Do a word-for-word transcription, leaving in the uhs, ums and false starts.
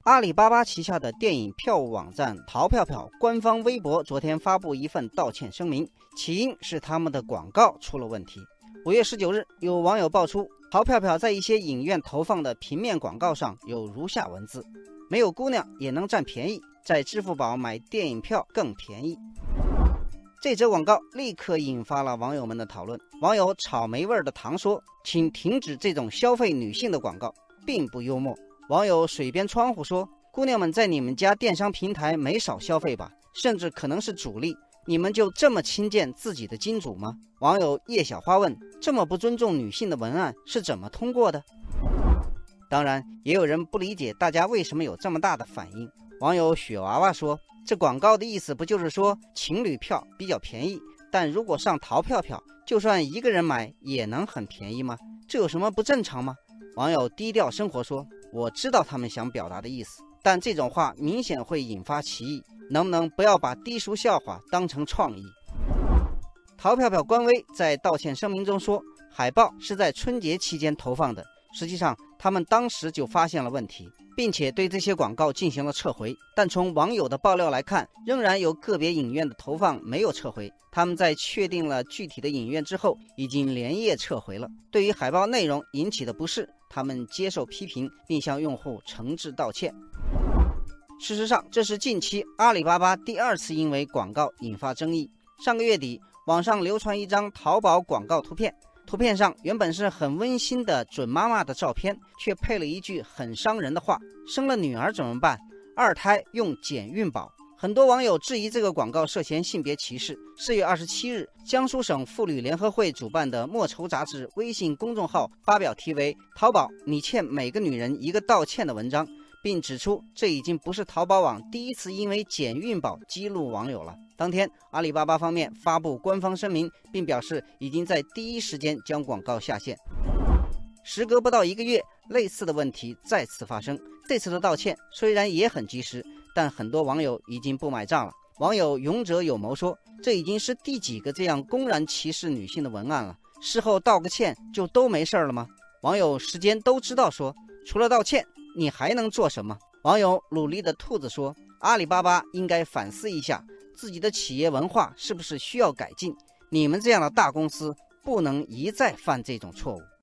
阿里巴巴旗下的电影票务网站淘票票官方微博昨天发布一份道歉声明，起因是他们的广告出了问题。五月十九日，有网友爆出，淘票票在一些影院投放的平面广告上有如下文字：没有姑娘也能占便宜，在支付宝买电影票更便宜。这则广告立刻引发了网友们的讨论。网友草莓味的糖说：“请停止这种消费女性的广告，并不幽默。”网友水边窗户说：“姑娘们在你们家电商平台没少消费吧？甚至可能是主力，你们就这么轻贱自己的金主吗？”网友叶小花问：“这么不尊重女性的文案是怎么通过的？”当然，也有人不理解大家为什么有这么大的反应。网友雪娃娃说：“这广告的意思不就是说情侣票比较便宜，但如果上淘票票，就算一个人买也能很便宜吗？这有什么不正常吗？”网友低调生活说：“我知道他们想表达的意思，但这种话明显会引发歧义，能不能不要把低俗笑话当成创意？”淘票票官微在道歉声明中说，海报是在春节期间投放的，实际上他们当时就发现了问题，并且对这些广告进行了撤回。但从网友的爆料来看，仍然有个别影院的投放没有撤回，他们在确定了具体的影院之后，已经连夜撤回了。对于海报内容引起的不适，他们接受批评，并向用户诚挚道歉。事实上，这是近期阿里巴巴第二次因为广告引发争议。上个月底，网上流传一张淘宝广告图片，图片上原本是很温馨的准妈妈的照片，却配了一句很伤人的话：生了女儿怎么办？二胎用减孕宝。很多网友质疑这个广告涉嫌性别歧视。四月二十七日，江苏省妇女联合会主办的莫愁杂志微信公众号发表题为《淘宝，你欠每个女人一个道歉》的文章，并指出这已经不是淘宝网第一次因为减孕宝激怒网友了。当天，阿里巴巴方面发布官方声明，并表示已经在第一时间将广告下线。时隔不到一个月，类似的问题再次发生。这次的道歉虽然也很及时，但很多网友已经不买账了。网友勇者有谋说，这已经是第几个这样公然歧视女性的文案了，事后道个歉就都没事了吗？网友时间都知道说，除了道歉你还能做什么？网友努力的兔子说，阿里巴巴应该反思一下自己的企业文化是不是需要改进，你们这样的大公司不能一再犯这种错误。